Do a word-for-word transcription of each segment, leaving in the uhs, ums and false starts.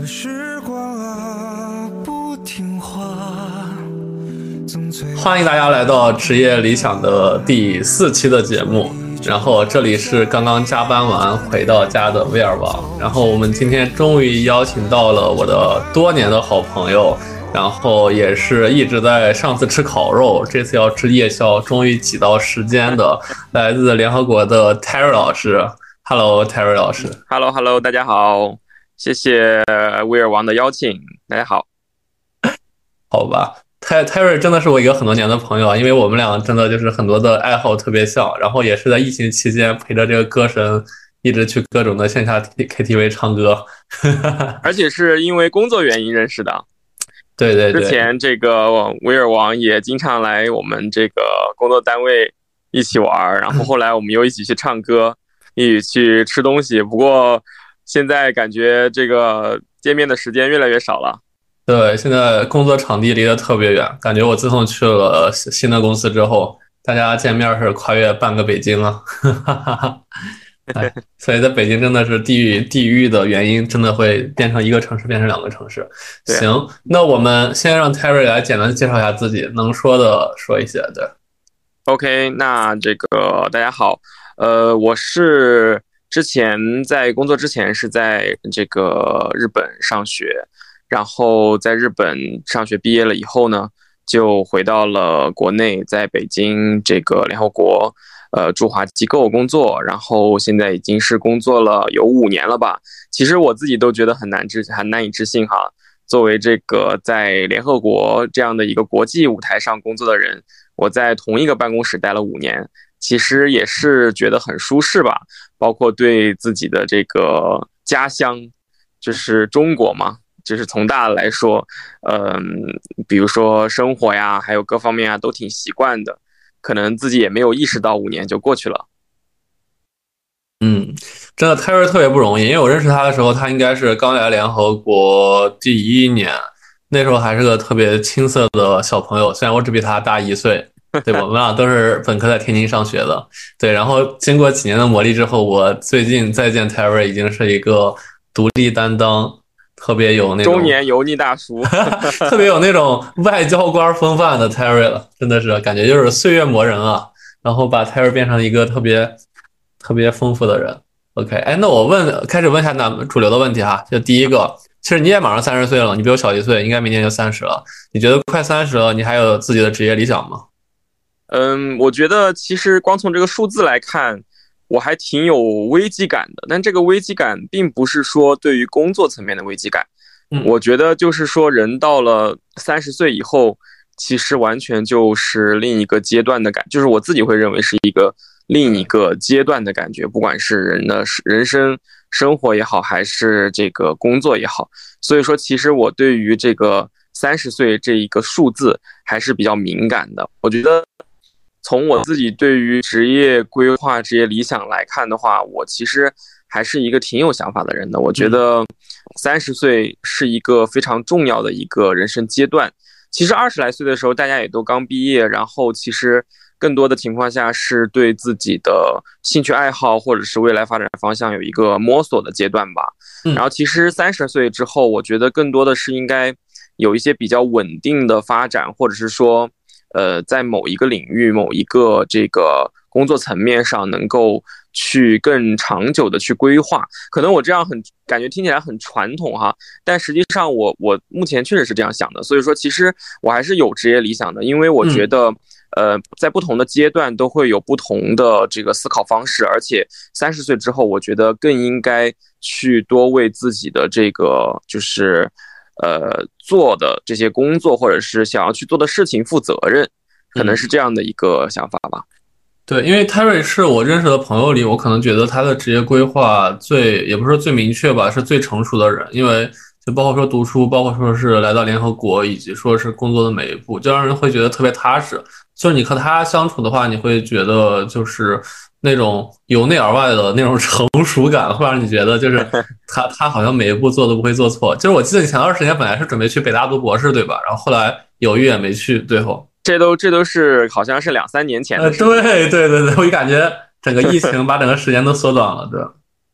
可时光啊不听话， 欢迎大家来到职业理想的第四期的节目，然后这里是刚刚加班完回到家的威尔王，然后我们今天终于邀请到了我的多年的好朋友，然后也是一直在上次吃烤肉，这次要吃夜宵，终于挤到时间的来自联合国的 Terry 老师。 Hello Terry 老师。 Hello Hello 大家好，谢谢威尔王的邀请，大家好。 好吧，泰 Terry 真的是我一个很多年的朋友，因为我们俩真的就是很多的爱好特别像，然后也是在疫情期间陪着这个歌神一直去各种的线下 K T V 唱歌而且是因为工作原因认识的。 对对对， 之前这个威尔王也经常来我们这个工作单位一起玩，然后后来我们又一起去唱歌一起去吃东西，不过现在感觉这个见面的时间越来越少了。 对，现在工作场地离得特别远，感觉我自从去了新的公司之后，大家见面是跨越半个北京啊。哎，所以在北京真的是地域地域的原因，真的会变成一个城市变成两个城市。行，那我们先让 Terry 来简单介绍一下自己，能说的说一些。对 OK， 那这个大家好，呃，我是之前在工作之前是在这个日本上学，然后在日本上学毕业了以后呢，就回到了国内，在北京这个联合国呃驻华机构工作，然后现在已经是工作了有五年了吧。其实我自己都觉得很难置很难以置信哈，作为这个在联合国这样的一个国际舞台上工作的人，我在同一个办公室待了五年，其实也是觉得很舒适吧，包括对自己的这个家乡，就是中国嘛，就是从大的来说，嗯，比如说生活呀，还有各方面啊，都挺习惯的，可能自己也没有意识到五年就过去了。 嗯，真的 Terry 特别不容易，因为我认识他的时候，他应该是刚来联合国第一年，那时候还是个特别青涩的小朋友，虽然我只比他大一岁，对，我们俩都是本科在天津上学的，对，然后经过几年的磨砺之后，我最近再见 Terry 已经是一个独立担当，特别有那种中年油腻大叔特别有那种外交官风范的 Terry 了，真的是感觉就是岁月磨人啊，然后把 Terry 变成一个特别特别丰富的人。 OK， 哎，那我问开始问一下咱们主流的问题哈，就第一个，其实你也马上三十岁了，你比我小一岁，应该明年就三十了，你觉得快三十了，你还有自己的职业理想吗？ 嗯，我觉得其实光从这个数字来看，我还挺有危机感的，但这个危机感并不是说对于工作层面的危机感， 嗯， 我觉得就是说人到了三十岁以后，其实完全就是另一个阶段的感，就是我自己会认为是一个另一个阶段的感觉，不管是人的人生生活也好，还是这个工作也好，所以说其实我对于这个三十岁这一个数字还是比较敏感的。我觉得从我自己对于职业规划、职业理想来看的话，我其实还是一个挺有想法的人的。我觉得三十岁是一个非常重要的一个人生阶段。其实二十来岁的时候，大家也都刚毕业，然后其实更多的情况下是对自己的兴趣爱好或者是未来发展方向有一个摸索的阶段吧。然后其实三十岁之后，我觉得更多的是应该有一些比较稳定的发展，或者是说呃，在某一个领域、某一个这个工作层面上，能够去更长久的去规划。可能我这样很感觉听起来很传统哈，但实际上我我目前确实是这样想的。所以说，其实我还是有职业理想的，因为我觉得，呃，在不同的阶段都会有不同的这个思考方式，而且三十岁之后，我觉得更应该去多为自己的这个就是。呃，做的这些工作或者是想要去做的事情负责任，可能是这样的一个想法吧。 对，因为 Terry 是我认识的朋友里，我可能觉得他的职业规划最，也不是最明确吧，是最成熟的人。因为就包括说读书，包括说是来到联合国，以及说是工作的每一步，就让人会觉得特别踏实。就是你和他相处的话，你会觉得就是那种由内而外的那种成熟感，会让你觉得就是他他好像每一步做都不会做错。就是我记得你前二十年本来是准备去北大读博士，对吧？然后后来犹豫也没去，最后这都这都是好像是两三年前的事。 呃，对对对对，我就感觉整个疫情把整个时间都缩短了，对。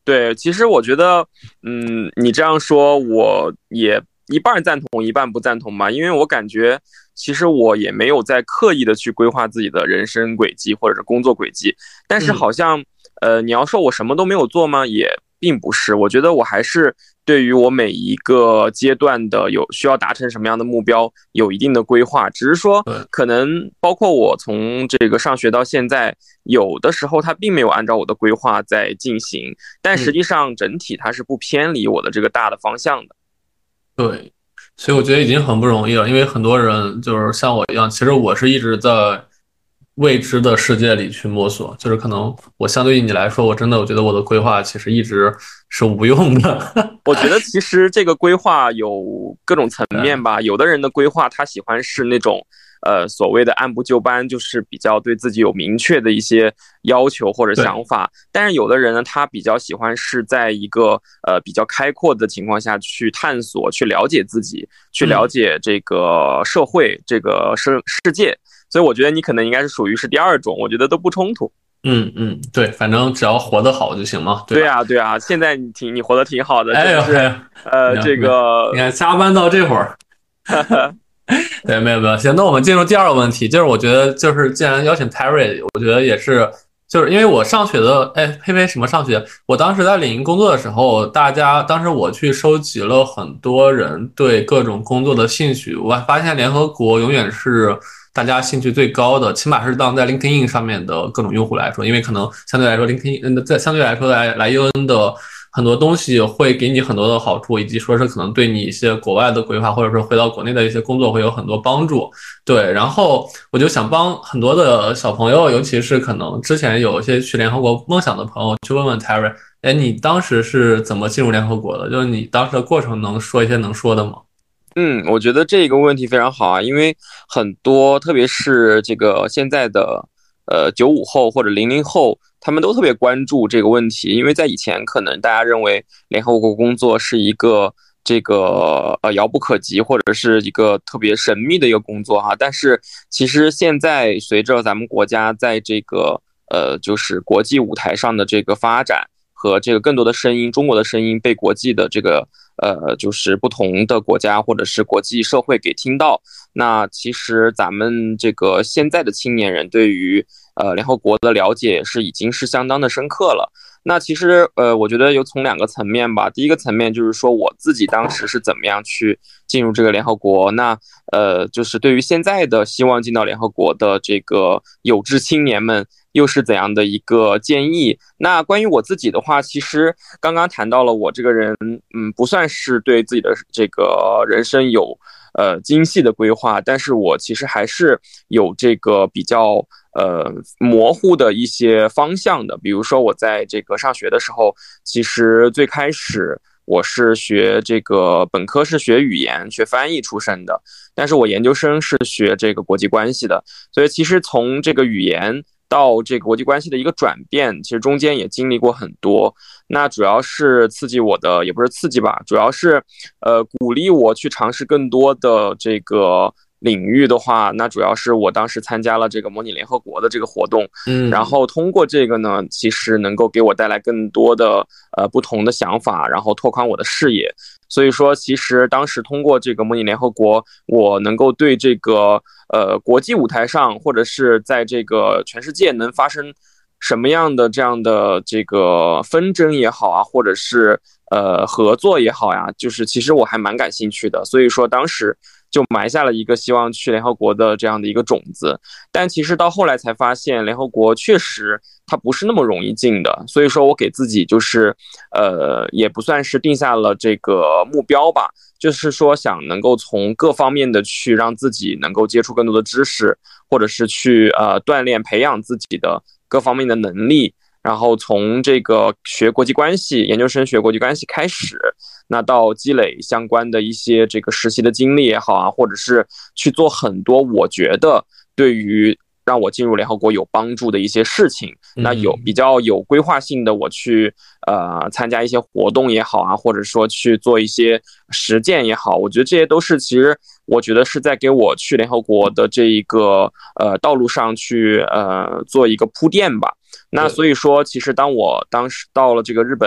对，其实我觉得，嗯，你这样说，我也一半赞同，一半不赞同吧，因为我感觉，其实我也没有在刻意的去规划自己的人生轨迹或者是工作轨迹，但是好像，嗯、呃，你要说我什么都没有做吗？也并不是，我觉得我还是对于我每一个阶段的有需要达成什么样的目标有一定的规划，只是说可能包括我从这个上学到现在，有的时候它并没有按照我的规划在进行，但实际上整体它是不偏离我的这个大的方向的。 对，所以我觉得已经很不容易了，因为很多人就是像我一样，其实我是一直在未知的世界里去摸索，就是可能我相对于你来说，我真的我觉得我的规划其实一直是无用的。 我觉得其实这个规划有各种层面吧，有的人的规划他喜欢是那种呃所谓的按部就班，就是比较对自己有明确的一些要求或者想法，但是有的人呢，他比较喜欢是在一个呃比较开阔的情况下去探索、去了解自己、去了解这个社会、嗯、这个世世界。所以我觉得你可能应该是属于是第二种，我觉得都不冲突。 嗯嗯，对，反正只要活得好就行嘛。 对啊，对啊，现在你挺你活得挺好的， 哎呦， 就是呃这个， 你看加班到这会儿。对，没有没有，行，那我们进入第二个问题，就是我觉得就是既然邀请 Terry， 我觉得也是，就是因为我上学的，哎，呸呸，什么上学？我当时在领英工作的时候，大家当时我去收集了很多人对各种工作的兴趣，我发现联合国永远是大家兴趣最高的，起码是当在 LinkedIn 上面的各种用户来说，因为可能相对来说 LinkedIn 在相对来说来来 U N 的很多东西会给你很多的好处，以及说是可能对你一些国外的规划，或者说回到国内的一些工作会有很多帮助。对，然后我就想帮很多的小朋友，尤其是可能之前有一些去联合国梦想的朋友，去问问 Terry， 哎，你当时是怎么进入联合国的？就是你当时的过程能说一些能说的吗？ 嗯，我觉得这个问题非常好啊，因为很多，特别是这个现在的呃九五后或者零零后，他们都特别关注这个问题，因为在以前可能大家认为联合国工作是一个这个呃遥不可及或者是一个特别神秘的一个工作哈，但是其实现在随着咱们国家在这个呃就是国际舞台上的这个发展和这个更多的声音，中国的声音被国际的这个呃，就是不同的国家或者是国际社会给听到。那其实咱们这个现在的青年人对于呃联合国的了解是已经是相当的深刻了。那其实呃，我觉得有从两个层面吧。第一个层面就是说我自己当时是怎么样去进入这个联合国。那呃，就是对于现在的希望进到联合国的这个有志青年们，又是怎样的一个建议？那关于我自己的话，其实刚刚谈到了我这个人，嗯，不算是对自己的这个人生有呃精细的规划，但是我其实还是有这个比较呃模糊的一些方向的。比如说我在这个上学的时候，其实最开始我是学这个本科是学语言、学翻译出身的，但是我研究生是学这个国际关系的，所以其实从这个语言到这个国际关系的一个转变，其实中间也经历过很多。那主要是刺激我的，也不是刺激吧，主要是呃鼓励我去尝试更多的这个领域的话，那主要是我当时参加了这个模拟联合国的这个活动，嗯，然后通过这个呢，其实能够给我带来更多的呃不同的想法，然后拓宽我的视野。所以说，其实当时通过这个模拟联合国，我能够对这个呃国际舞台上，或者是在这个全世界能发生什么样的这样的这个纷争也好啊，或者是呃合作也好呀，就是其实我还蛮感兴趣的。所以说当时就埋下了一个希望去联合国的这样的一个种子。但其实到后来才发现，联合国确实它不是那么容易进的。所以说我给自己就是呃也不算是定下了这个目标吧，就是说想能够从各方面的去让自己能够接触更多的知识，或者是去呃锻炼培养自己的各方面的能力，然后从这个学国际关系，研究生学国际关系开始，那到积累相关的一些这个实习的经历也好啊，或者是去做很多我觉得对于让我进入联合国有帮助的一些事情。那有比较有规划性的，我去呃参加一些活动也好啊，或者说去做一些实践也好，我觉得这些都是其实我觉得是在给我去联合国的这一个呃道路上去呃做一个铺垫吧。那所以说，其实当我当时到了这个日本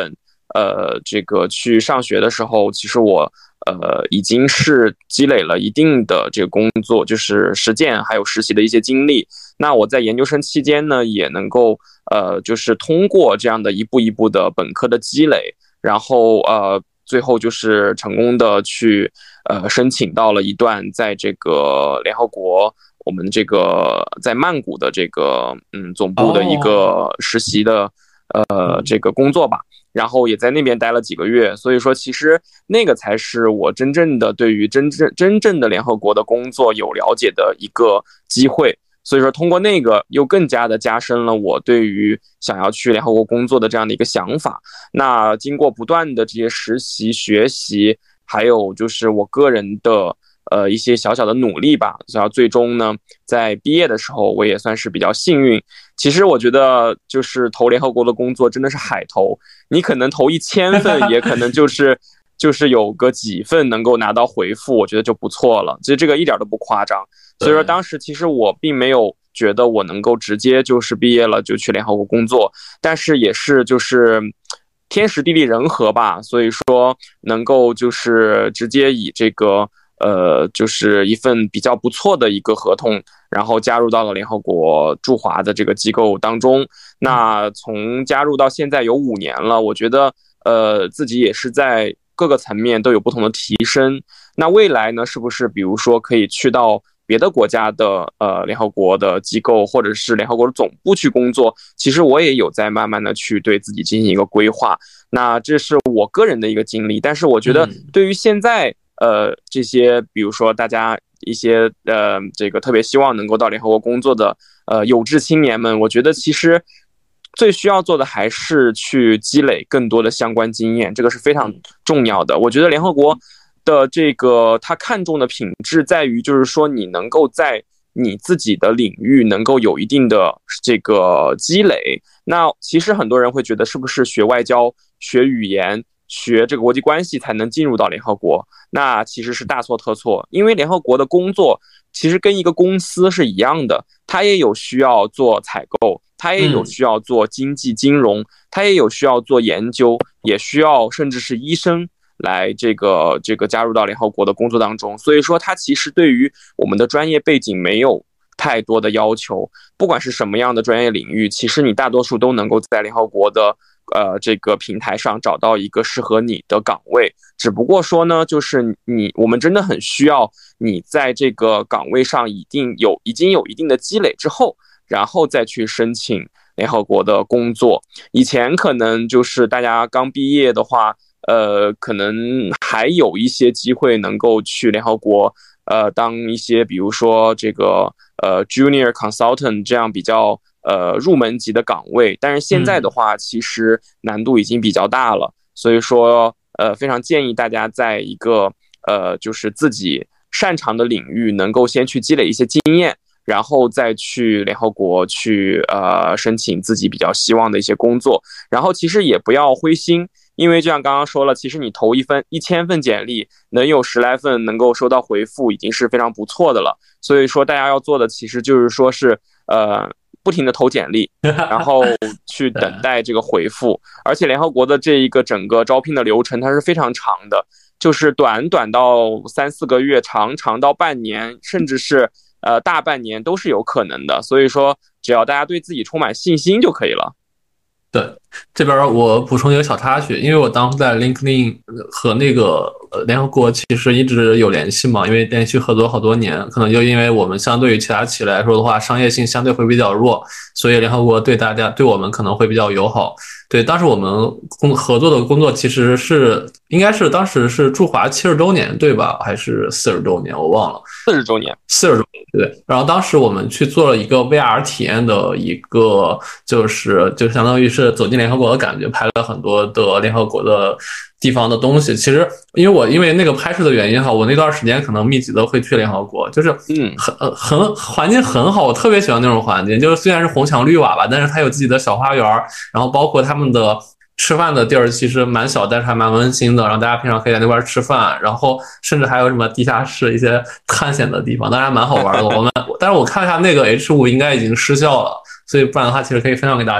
呃这个去上学的时候，其实我呃已经是积累了一定的这个工作，就是实践还有实习的一些经历。那我在研究生期间呢，也能够呃就是通过这样的一步一步的本科的积累，然后呃最后就是成功的去呃申请到了一段在这个联合国我们这个在曼谷的这个嗯总部的一个实习的、哦、呃这个工作吧。然后也在那边待了几个月，所以说其实那个才是我真正的对于真正真正的联合国的工作有了解的一个机会。所以说通过那个又更加的加深了我对于想要去联合国工作的这样的一个想法。那经过不断的这些实习学习，还有就是我个人的呃一些小小的努力吧，然后最终呢在毕业的时候我也算是比较幸运。其实我觉得就是投联合国的工作真的是海投，你可能投一千份也可能就是就是有个几份能够拿到回复，我觉得就不错了，其实这个一点都不夸张。所以说当时其实我并没有觉得我能够直接就是毕业了就去联合国工作，但是也是就是天时地利人和吧，所以说能够就是直接以这个呃就是一份比较不错的一个合同，然后加入到了联合国驻华的这个机构当中。那从加入到现在有五年了，我觉得呃自己也是在各个层面都有不同的提升。那未来呢，是不是比如说可以去到别的国家的呃联合国的机构，或者是联合国的总部去工作，其实我也有在慢慢的去对自己进行一个规划。那这是我个人的一个经历，但是我觉得对于现在呃这些比如说大家一些呃这个特别希望能够到联合国工作的呃有志青年们，我觉得其实最需要做的还是去积累更多的相关经验，这个是非常重要的。我觉得联合国的这个他看重的品质在于，就是说你能够在你自己的领域能够有一定的这个积累。那其实很多人会觉得是不是学外交、学语言、学这个国际关系才能进入到联合国，那其实是大错特错。因为联合国的工作其实跟一个公司是一样的，它也有需要做采购，它也有需要做经济金融，它也有需要做研究，也需要甚至是医生来这个这个加入到联合国的工作当中。所以说它其实对于我们的专业背景没有太多的要求，不管是什么样的专业领域，其实你大多数都能够在联合国的呃这个平台上找到一个适合你的岗位。只不过说呢，就是你我们真的很需要你在这个岗位上一定有已经有一定的积累之后，然后再去申请联合国的工作。以前可能就是大家刚毕业的话，呃，可能还有一些机会能够去联合国，呃，当一些比如说这个呃 junior consultant 这样比较呃入门级的岗位。但是现在的话，其实难度已经比较大了，所以说呃非常建议大家在一个呃就是自己擅长的领域能够先去积累一些经验，然后再去联合国去呃申请自己比较希望的一些工作。然后其实也不要灰心，因为就像刚刚说了，其实你投一份一千份简历，能有十来份能够收到回复，已经是非常不错的了。所以说大家要做的其实就是说是呃不停的投简历，然后去等待这个回复。而且联合国的这一个整个招聘的流程它是非常长的，就是短短到三四个月，长长到半年，甚至是呃大半年都是有可能的。所以说只要大家对自己充满信心就可以了。 对，这边我补充一个小插曲，因为我当时在 LinkedIn 和那个呃联合国其实一直有联系嘛，因为连续合作好多年，可能就因为我们相对于其他企业来说的话，商业性相对会比较弱，所以联合国对大家对我们可能会比较友好。对，当时我们工合作的工作其实是应该是当时是驻华七十周年对吧？还是四十周年？我忘了。 四十周年。 四十周年，对。然后当时我们去做了一个 V R 体验的一个，就是就相当于是走进联合国的感觉，拍了很多的联合国的地方的东西。其实因为我因为那个拍摄的原因哈，我那段时间可能密集的会去联合国，就是嗯很很环境很好，我特别喜欢那种环境。就是虽然是红墙绿瓦吧，但是它有自己的小花园，然后包括他们的吃饭的地儿其实蛮小，但是还蛮温馨的，然后大家平常可以在那边吃饭，然后甚至还有什么地下室一些探险的地方，当然蛮好玩的。我们但是我看一下那个 H 五 应该已经失效了，所以不然的话其实可以分享给大家。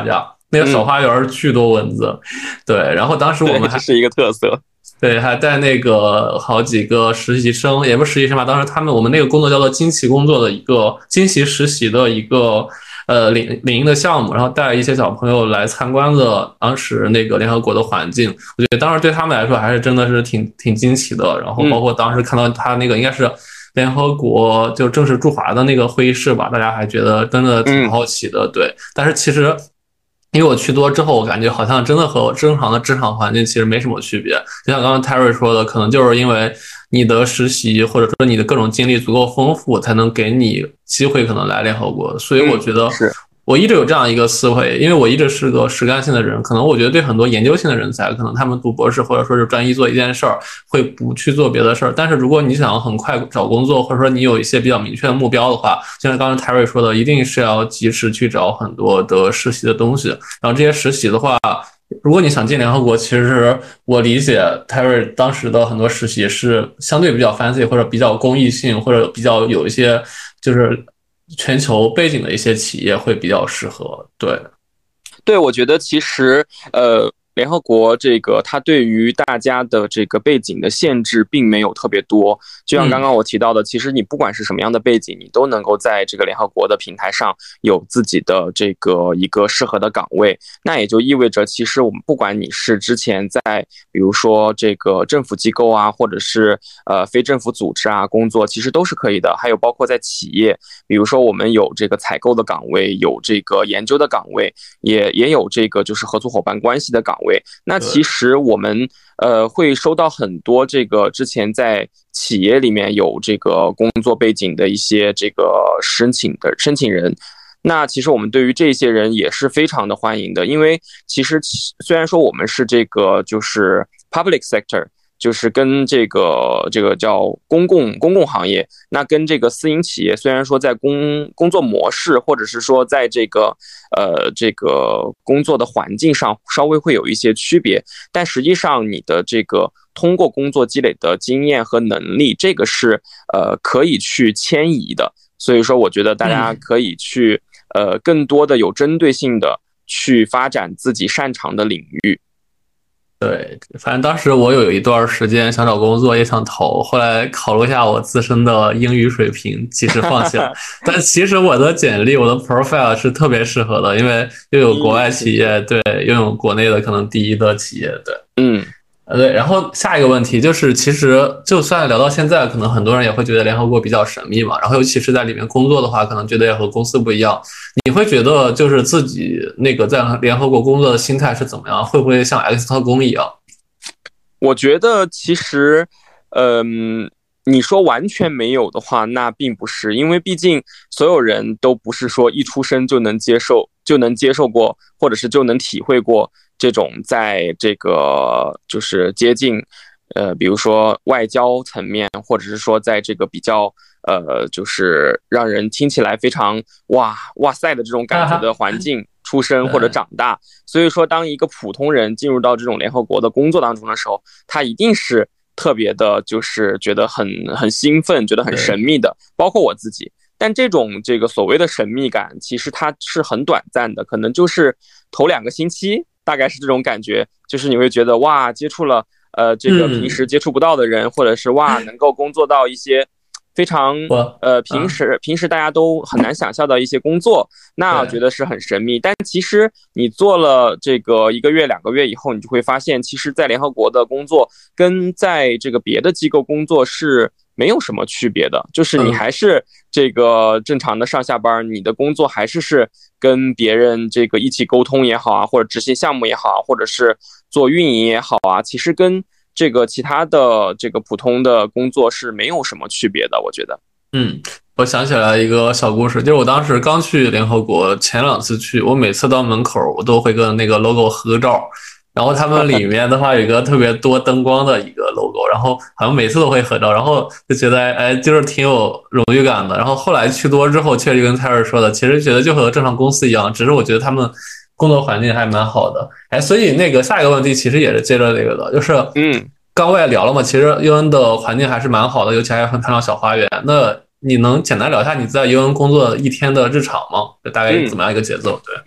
那个小花园巨多蚊子，对，然后当时我们还是一个特色。 对，还带那个好几个实习生，也不是实习生吧，当时他们我们那个工作叫做惊奇工作的一个惊奇实习的一个呃领领英的项目，然后带一些小朋友来参观了当时那个联合国的环境，我觉得当时对他们来说还是真的是挺挺惊奇的。然后包括当时看到他那个应该是联合国就正式驻华的那个会议室吧，大家还觉得真的挺好奇的，对。但是其实因为我去多之后，我感觉好像真的和正常的职场环境其实没什么区别。就像刚刚 Terry 说的，可能就是因为你的实习或者说你的各种经历足够丰富，才能给你机会可能来联合国。所以我觉得我一直有这样一个思维，因为我一直是个实干性的人，可能我觉得对很多研究性的人才，可能他们读博士或者说是专一做一件事儿，会不去做别的事儿。但是如果你想很快找工作，或者说你有一些比较明确的目标的话，就像刚刚 Terry 说的，一定是要及时去找很多的实习的东西。然后这些实习的话，如果你想进联合国，其实我理解 Terry 当时的很多实习是相对比较 fancy 或者比较公益性，或者比较有一些就是全球背景的一些企业会比较适合。对， 对，我觉得其实呃，联合国这个它对于大家的这个背景的限制并没有特别多。就像刚刚我提到的，嗯、其实你不管是什么样的背景，你都能够在这个联合国的平台上有自己的这个一个适合的岗位。那也就意味着，其实我们不管你是之前在比如说这个政府机构啊，或者是呃非政府组织啊工作，其实都是可以的。还有包括在企业，比如说我们有这个采购的岗位，有这个研究的岗位，也也有这个就是合作伙伴关系的岗位。那其实我们呃会收到很多这个之前在企业里面有这个工作背景的一些这个申请的申请人。那其实我们对于这些人也是非常的欢迎的，因为其实虽然说我们是这个就是 public sector，就是跟这个这个叫公共公共行业，那跟这个私营企业虽然说在工工作模式或者是说在这个呃这个工作的环境上稍微会有一些区别，但实际上你的这个通过工作积累的经验和能力，这个是呃可以去迁移的。所以说我觉得大家可以去呃更多的有针对性的去发展自己擅长的领域。 对，反正当时我有一段时间想找工作，也想投，后来考虑一下我自身的英语水平，及时放弃了。但其实我的简历，我的 profile 是特别适合的，因为又有国外企业，对，又有国内的可能第一的企业，对， 嗯。 对，然后下一个问题就是，其实就算聊到现在，可能很多人也会觉得联合国比较神秘嘛。然后尤其是在里面工作的话，可能觉得也和公司不一样。你会觉得就是自己那个在联合国工作的心态是怎么样？会不会像 X 特工一样？ 我觉得其实，嗯、呃，你说完全没有的话，那并不是，因为毕竟所有人都不是说一出生就能接受、就能接受过，或者是就能体会过。这种在这个就是接近呃比如说外交层面，或者是说在这个比较呃就是让人听起来非常哇哇塞的这种感觉的环境出生或者长大。所以说当一个普通人进入到这种联合国的工作当中的时候，他一定是特别的就是觉得很很兴奋，觉得很神秘的，包括我自己。但这种这个所谓的神秘感其实它是很短暂的，可能就是头两个星期，大概是这种感觉，就是你会觉得哇，接触了呃这个平时接触不到的人，嗯、或者是哇能够工作到一些非常呃平时平时大家都很难想象到一些工作，那我觉得是很神秘。但其实你做了这个一个月两个月以后，你就会发现，其实在联合国的工作跟在这个别的机构工作是没有什么区别的，就是你还是这个正常的上下班，你的工作还是是跟别人这个一起沟通也好啊，或者执行项目也好啊，或者是做运营也好啊，其实跟这个其他的这个普通的工作是没有什么区别的，我觉得。 嗯，我想起来一个小故事，就是我当时刚去联合国，前两次去，我每次到门口我都会跟那个 logo 合个照。然后他们里面的话有一个特别多灯光的一个 logo， 然后好像每次都会合照，然后就觉得哎，就是挺有荣誉感的。然后后来去多之后，确实跟泰尔说的，其实觉得就和正常公司一样，只是我觉得他们工作环境还蛮好的。哎，所以那个下一个问题其实也是接着这个的，就是嗯，刚我也聊了嘛，其实 U N 的环境还是蛮好的，尤其还很看到小花园。那你能简单聊一下你在 U N 工作一天的日常吗？大概怎么样一个节奏？对。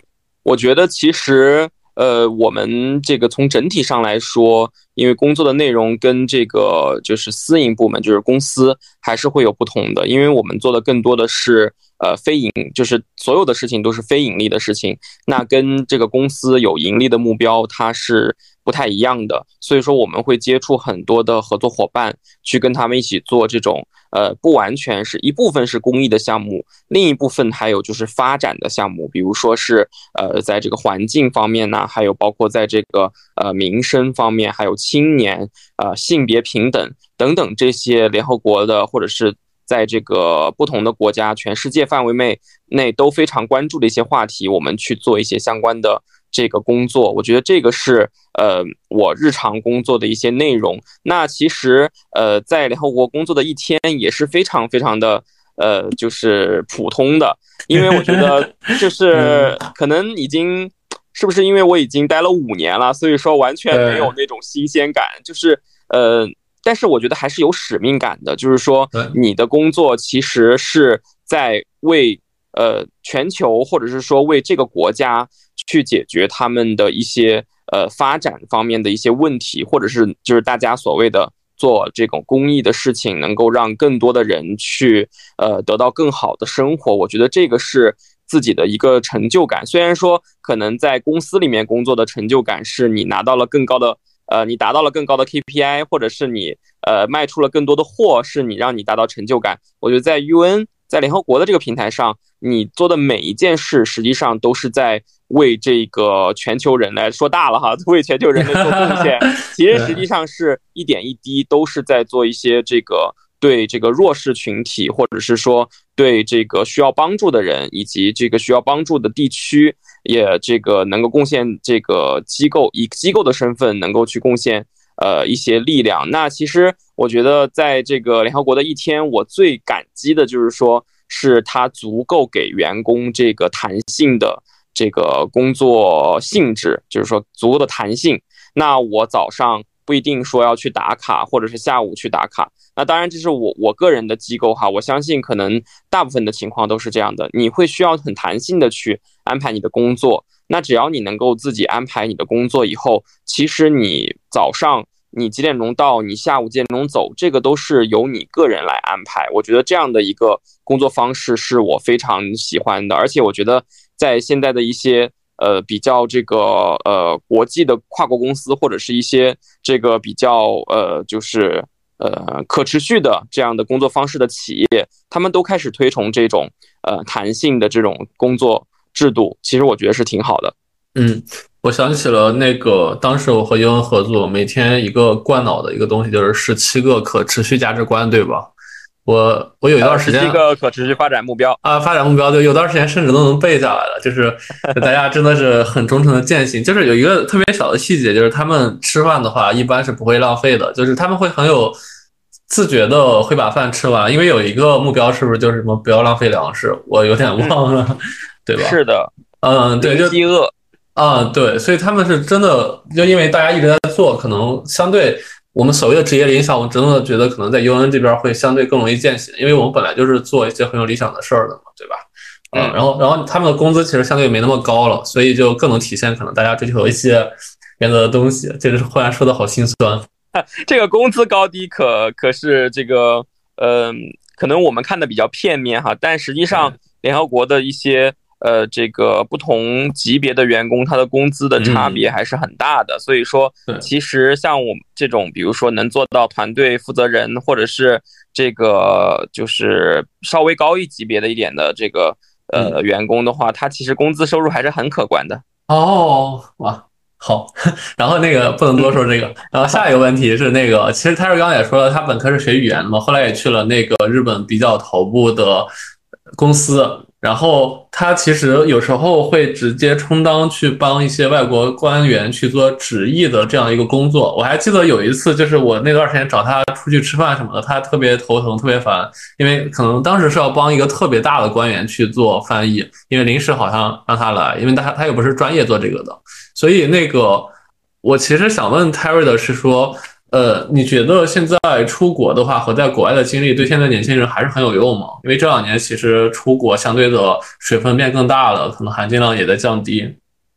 我觉得其实呃，我们这个从整体上来说，因为工作的内容跟这个就是私营部门，就是公司还是会有不同的，因为我们做的更多的是呃非盈，就是所有的事情都是非盈利的事情，那跟这个公司有盈利的目标它是不太一样的，所以说我们会接触很多的合作伙伴，去跟他们一起做这种呃不完全是一部分是公益的项目，另一部分还有就是发展的项目，比如说是呃在这个环境方面呢，还有包括在这个呃民生方面，还有青年呃性别平等等等这些联合国的或者是在这个不同的国家全世界范围内内都非常关注的一些话题，我们去做一些相关的这个工作，我觉得这个是呃我日常工作的一些内容。那其实呃在联合国工作的一天也是非常非常的呃就是普通的，因为我觉得就是可能已经是不是因为我已经待了五年了，所以说完全没有那种新鲜感，就是呃但是我觉得还是有使命感的，就是说你的工作其实是在为呃全球或者是说为这个国家去解决他们的一些呃发展方面的一些问题，或者是就是大家所谓的做这种公益的事情，能够让更多的人去呃得到更好的生活，我觉得这个是自己的一个成就感。虽然说可能在公司里面工作的成就感是你拿到了更高的呃，你达到了更高的 K P I， 或者是你呃卖出了更多的货，是你让你达到成就感。我觉得在 U N 在联合国的这个平台上，你做的每一件事，实际上都是在为这个全球人来说大了哈，为全球人类做贡献。其实实际上是一点一滴，都是在做一些这个对这个弱势群体，或者是说对这个需要帮助的人，以及这个需要帮助的地区。也这个能够贡献这个机构以机构的身份能够去贡献呃一些力量。那其实我觉得在这个联合国的一天，我最感激的就是说是它足够给员工这个弹性的这个工作性质，就是说足够的弹性。那我早上不一定说要去打卡，或者是下午去打卡。那当然这是我我个人的机构哈，我相信可能大部分的情况都是这样的，你会需要很弹性的去安排你的工作。那只要你能够自己安排你的工作以后，其实你早上你几点钟到，你下午几点钟走，这个都是由你个人来安排。我觉得这样的一个工作方式是我非常喜欢的，而且我觉得在现在的一些呃比较这个呃国际的跨国公司，或者是一些这个比较呃就是呃可持续的这样的工作方式的企业，他们都开始推崇这种呃弹性的这种工作制度，其实我觉得是挺好的。 嗯，我想起了那个当时我和英文合作，每天一个灌脑的一个东西，就是十七个可持续价值观，对吧？我我有一段时间十七个可持续发展目标啊，发展目标，对，有段时间甚至都能背下来了，就是大家真的是很忠诚的践行。就是有一个特别小的细节，就是他们吃饭的话一般是不会浪费的，就是他们会很有自觉的会把饭吃完，因为有一个目标是不是就是什么不要浪费粮食，我有点忘了，嗯、对吧？ 是的， 嗯，对，就饥饿啊，对，所以他们是真的，就因为大家一直在做，可能相对我们所谓的职业理想，我真的觉得可能在 U N 这边会相对更容易践行，因为我们本来就是做一些很有理想的事儿的嘛，对吧？嗯，然后然后他们的工资其实相对没那么高了，所以就更能体现可能大家追求一些原则的东西。这个忽然说的好心酸。 这个工资高低可可是这个，嗯、呃，可能我们看的比较片面哈，但实际上联合国的一些。呃，这个不同级别的员工，他的工资的差别还是很大的。嗯、所以说，其实像我们这种，比如说能做到团队负责人，或者是这个就是稍微高一级别的一点的这个呃、嗯、员工的话，他其实工资收入还是很可观的。 哦，哇，好。然后那个不能多说这个。然后下一个问题是那个，其实泰瑞刚刚也说了，他本科是学语言的嘛，后来也去了那个日本比较头部的公司。然后他其实有时候会直接充当去帮一些外国官员去做直译的这样一个工作。我还记得有一次，就是我那段时间找他出去吃饭什么的，他特别头疼，特别烦，因为可能当时是要帮一个特别大的官员去做翻译，因为临时好像让他来，因为他他又不是专业做这个的。所以那个我其实想问 Terry 的是说，呃，你觉得现在出国的话和在国外的经历对现在年轻人还是很有用吗？因为这两年其实出国相对的水分变更大了，可能含金量也在降低。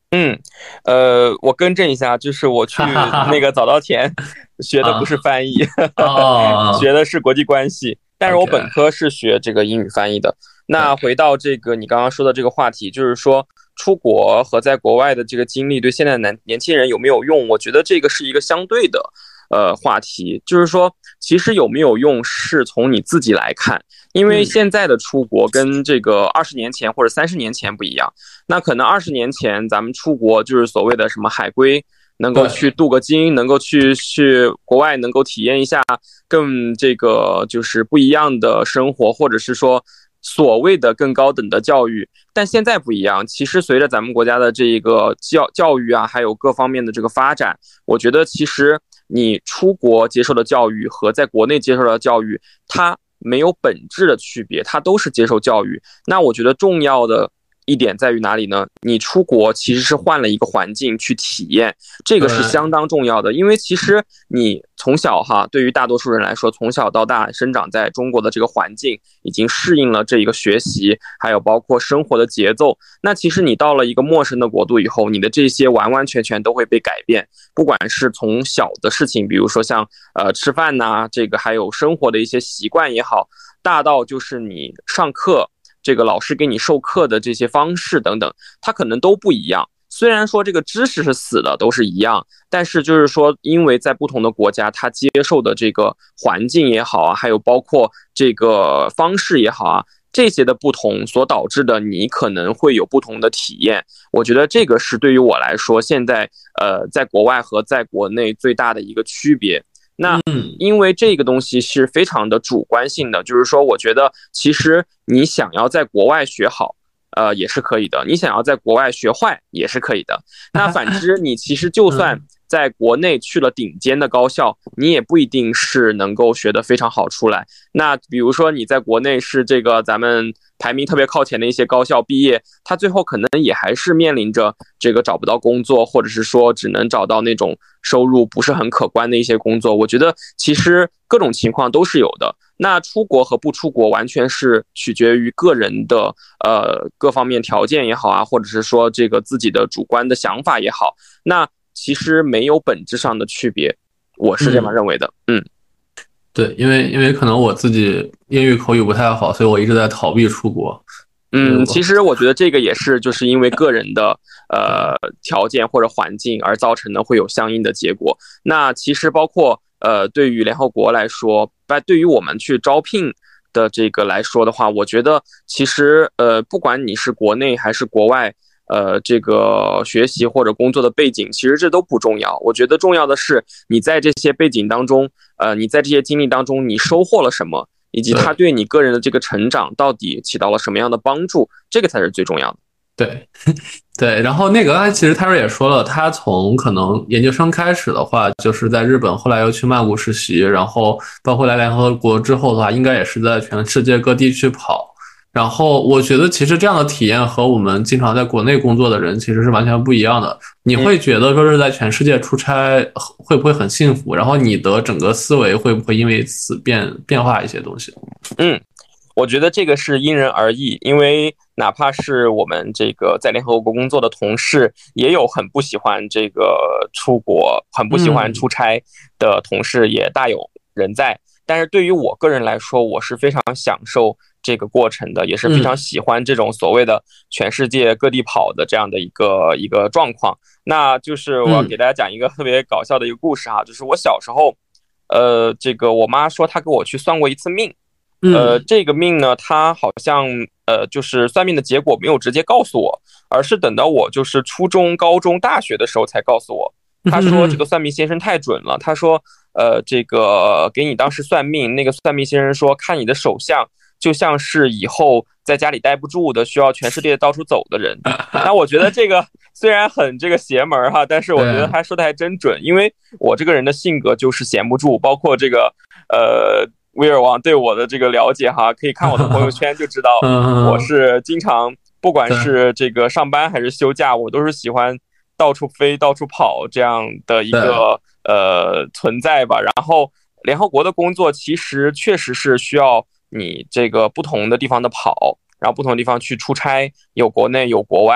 嗯，呃，我更正一下，就是我去那个早稻田学的不是翻译，学的是国际关系，但是我本科是学这个英语翻译的。那回到这个你刚刚说的这个话题，就是说出国和在国外的这个经历对现在的年年轻人有没有用？我觉得这个是一个相对的呃话题，就是说其实有没有用是从你自己来看。因为现在的出国跟这个二十年前或者三十年前不一样，那可能二十年前咱们出国就是所谓的什么海归，能够去镀个金，能够去去国外能够体验一下更这个就是不一样的生活，或者是说所谓的更高等的教育。但现在不一样，其实随着咱们国家的这个教教育啊，还有各方面的这个发展，我觉得其实你出国接受的教育和在国内接受的教育，它没有本质的区别，它都是接受教育。那我觉得重要的一点在于哪里呢？你出国其实是换了一个环境去体验，这个是相当重要的。因为其实你从小哈，对于大多数人来说，从小到大生长在中国的这个环境，已经适应了这一个学习，还有包括生活的节奏。那其实你到了一个陌生的国度以后，你的这些完完全全都会被改变。不管是从小的事情，比如说像呃吃饭呐、啊，这个还有生活的一些习惯也好，大到就是你上课。这个老师给你授课的这些方式等等，它可能都不一样。虽然说这个知识是死的，都是一样，但是就是说，因为在不同的国家，它接受的这个环境也好啊，还有包括这个方式也好啊，这些的不同所导致的，你可能会有不同的体验。我觉得这个是对于我来说，现在呃，在国外和在国内最大的一个区别。那因为这个东西是非常的主观性的，就是说我觉得其实你想要在国外学好呃也是可以的，你想要在国外学坏也是可以的。那反之你其实就算在国内去了顶尖的高校，你也不一定是能够学得非常好出来。那比如说你在国内是这个咱们排名特别靠前的一些高校毕业，他最后可能也还是面临着这个找不到工作，或者是说只能找到那种收入不是很可观的一些工作。我觉得其实各种情况都是有的。那出国和不出国完全是取决于个人的呃各方面条件也好啊，或者是说这个自己的主观的想法也好，那其实没有本质上的区别，我是这样认为的。嗯。嗯对，因为因为可能我自己英语口语不太好，所以我一直在逃避出国。 嗯，其实我觉得这个也是就是因为个人的呃条件或者环境而造成的会有相应的结果。那其实包括呃对于联合国来说，对于我们去招聘的这个来说的话，我觉得其实呃不管你是国内还是国外。呃，这个学习或者工作的背景，其实这都不重要。我觉得重要的是你在这些背景当中，呃，你在这些经历当中，你收获了什么，以及它对你个人的这个成长到底起到了什么样的帮助，这个才是最重要的。 对，对。然后那个刚才其实泰瑞也说了，他从可能研究生开始的话，就是在日本，后来又去曼谷实习，然后包括来联合国之后的话，应该也是在全世界各地去跑。然后我觉得其实这样的体验和我们经常在国内工作的人其实是完全不一样的。你会觉得说是在全世界出差会不会很幸福，然后你的整个思维会不会因为此变变化一些东西？ 嗯，我觉得这个是因人而异，因为哪怕是我们这个在联合国工作的同事，也有很不喜欢这个出国很不喜欢出差的同事也大有人在。嗯，但是对于我个人来说，我是非常享受这个过程的，也是非常喜欢这种所谓的全世界各地跑的这样的一个一个状况。那就是我要给大家讲一个特别搞笑的一个故事哈，就是我小时候，呃，这个我妈说她给我去算过一次命，呃，这个命呢，她好像呃就是算命的结果没有直接告诉我，而是等到我就是初中、高中、大学的时候才告诉我。他说这个算命先生太准了，他说呃这个给你当时算命，那个算命先生说看你的手相就像是以后在家里待不住的，需要全世界到处走的人。那我觉得这个虽然很这个邪门哈，但是我觉得他说的还真准，因为我这个人的性格就是闲不住，包括这个呃威尔王对我的这个了解哈，可以看我的朋友圈就知道我是经常不管是这个上班还是休假，我都是喜欢到处飞到处跑这样的一个呃存在吧。然后联合国的工作其实确实是需要你这个不同的地方的跑，然后不同的地方去出差，有国内有国外。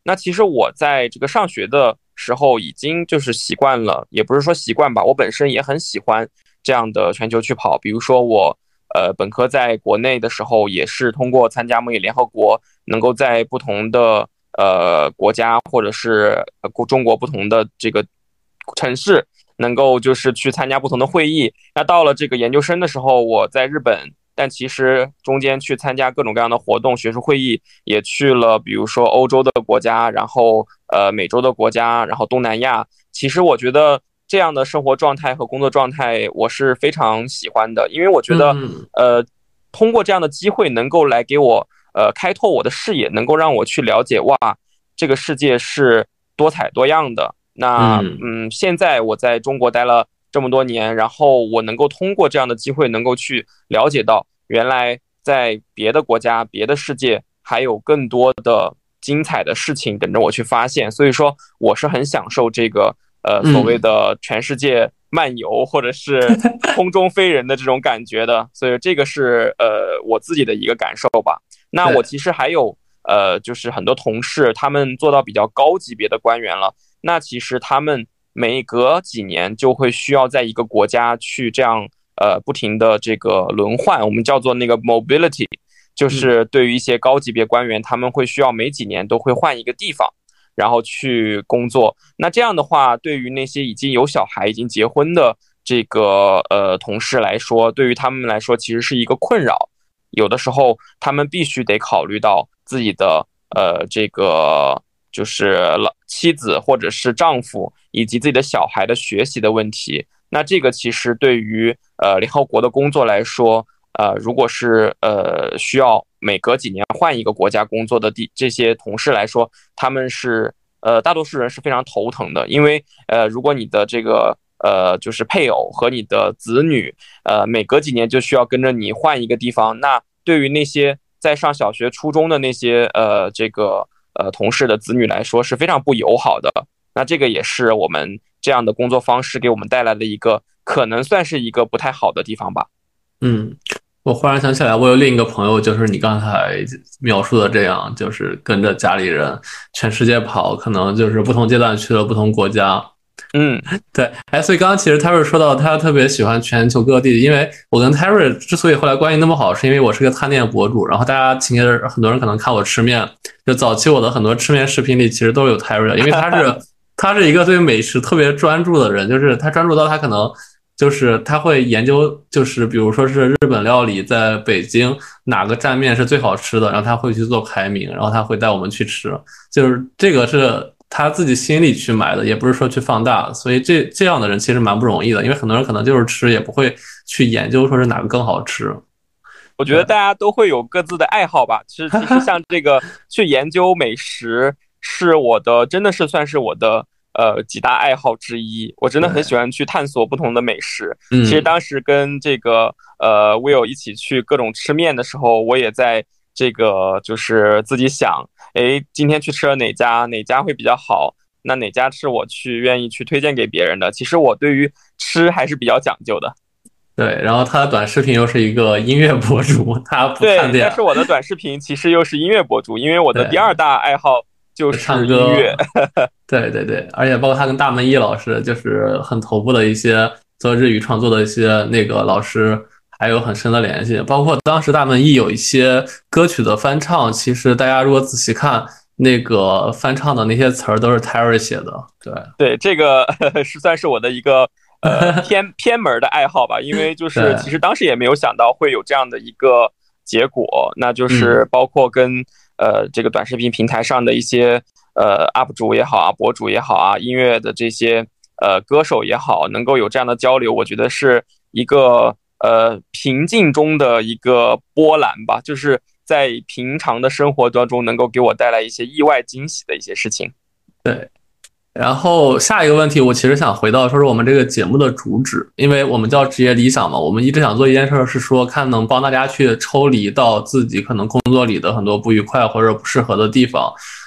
那其实我在这个上学的时候已经就是习惯了，也不是说习惯吧，我本身也很喜欢这样的全球去跑。比如说我呃本科在国内的时候，也是通过参加模拟联合国，能够在不同的呃国家或者是呃中国不同的这个城市，能够就是去参加不同的会议。那到了这个研究生的时候，我在日本，但其实中间去参加各种各样的活动、学术会议，也去了，比如说欧洲的国家，然后呃美洲的国家，然后东南亚。其实我觉得这样的生活状态和工作状态，我是非常喜欢的，因为我觉得、嗯、呃通过这样的机会，能够来给我呃开拓我的视野，能够让我去了解哇，这个世界是多彩多样的。那嗯，现在我在中国待了这么多年，然后我能够通过这样的机会，能够去了解到，原来在别的国家、别的世界还有更多的精彩的事情等着我去发现。所以说，我是很享受这个呃所谓的全世界漫游或者是空中飞人的这种感觉的。所以这个是呃我自己的一个感受吧。那我其实还有呃，就是很多同事，他们做到比较高级别的官员了。那其实他们每隔几年就会需要在一个国家去这样呃不停的这个轮换，我们叫做那个 mobility， 就是对于一些高级别官员，他们会需要每几年都会换一个地方，然后去工作。那这样的话，对于那些已经有小孩、已经结婚的这个呃同事来说，对于他们来说其实是一个困扰。有的时候他们必须得考虑到自己的呃这个。就是妻子或者是丈夫以及自己的小孩的学习的问题。那这个其实对于呃联合国的工作来说，呃如果是呃需要每隔几年换一个国家工作的地这些同事来说，他们是呃大多数人是非常头疼的，因为呃如果你的这个呃就是配偶和你的子女呃每隔几年就需要跟着你换一个地方，那对于那些在上小学、初中的那些呃这个。呃，同事的子女来说是非常不友好的。那这个也是我们这样的工作方式给我们带来的一个可能算是一个不太好的地方吧。 嗯，我忽然想起来，我有另一个朋友，就是你刚才描述的这样，就是跟着家里人全世界跑，可能就是不同阶段去了不同国家。 嗯， 对，哎，所以刚刚其实 Terry 说到他特别喜欢全球各地，因为我跟 Terry 之所以后来关系那么好，是因为我是个探店博主，然后大家其实很多人可能看我吃面，就早期我的很多吃面视频里其实都有 Terry 的，因为他是他是一个对美食特别专注的人，就是他专注到他可能就是他会研究，就是比如说是日本料理在北京哪个蘸面是最好吃的，然后他会去做排名，然后他会带我们去吃，就是这个是他自己心里去买的，也不是说去放大，所以这这样的人其实蛮不容易的，因为很多人可能就是吃，也不会去研究说是哪个更好吃。 我觉得大家都会有各自的爱好吧。其实，其实像这个去研究美食，是我的，真的是算是我的呃几大爱好之一。我真的很喜欢去探索不同的美食。其实当时跟这个呃 Will 一起去各种吃面的时候，我也在这个就是自己想。哎，今天去吃了哪家，哪家会比较好？那哪家是我去愿意去推荐给别人的？其实我对于吃还是比较讲究的。 对，然后他的短视频又是一个音乐博主，他不看对，但是我的短视频其实又是音乐博主，因为我的第二大爱好就是音乐。 对对对，而且包括他跟大门一老师，就是很头部的一些做日语创作的一些那个老师。还有很深的联系，包括当时大门一有一些歌曲的翻唱，其实大家如果仔细看那个翻唱的那些词儿都是 Terry 写的。对对，这个呵呵是算是我的一个呃偏偏门的爱好吧，因为就是其实当时也没有想到会有这样的一个结果，那就是包括跟、嗯、呃这个短视频平台上的一些呃 U P 主也好啊，博主也好啊，音乐的这些呃歌手也好，能够有这样的交流，我觉得是一个。呃，平静中的一个波澜吧，就是在平常的生活当中能够给我带来一些意外惊喜的一些事情。 对，然后下一个问题，我其实想回到说是我们这个节目的主旨，因为我们叫职业理想嘛，我们一直想做一件事，是说看能帮大家去抽离到自己可能工作里的很多不愉快或者不适合的地方。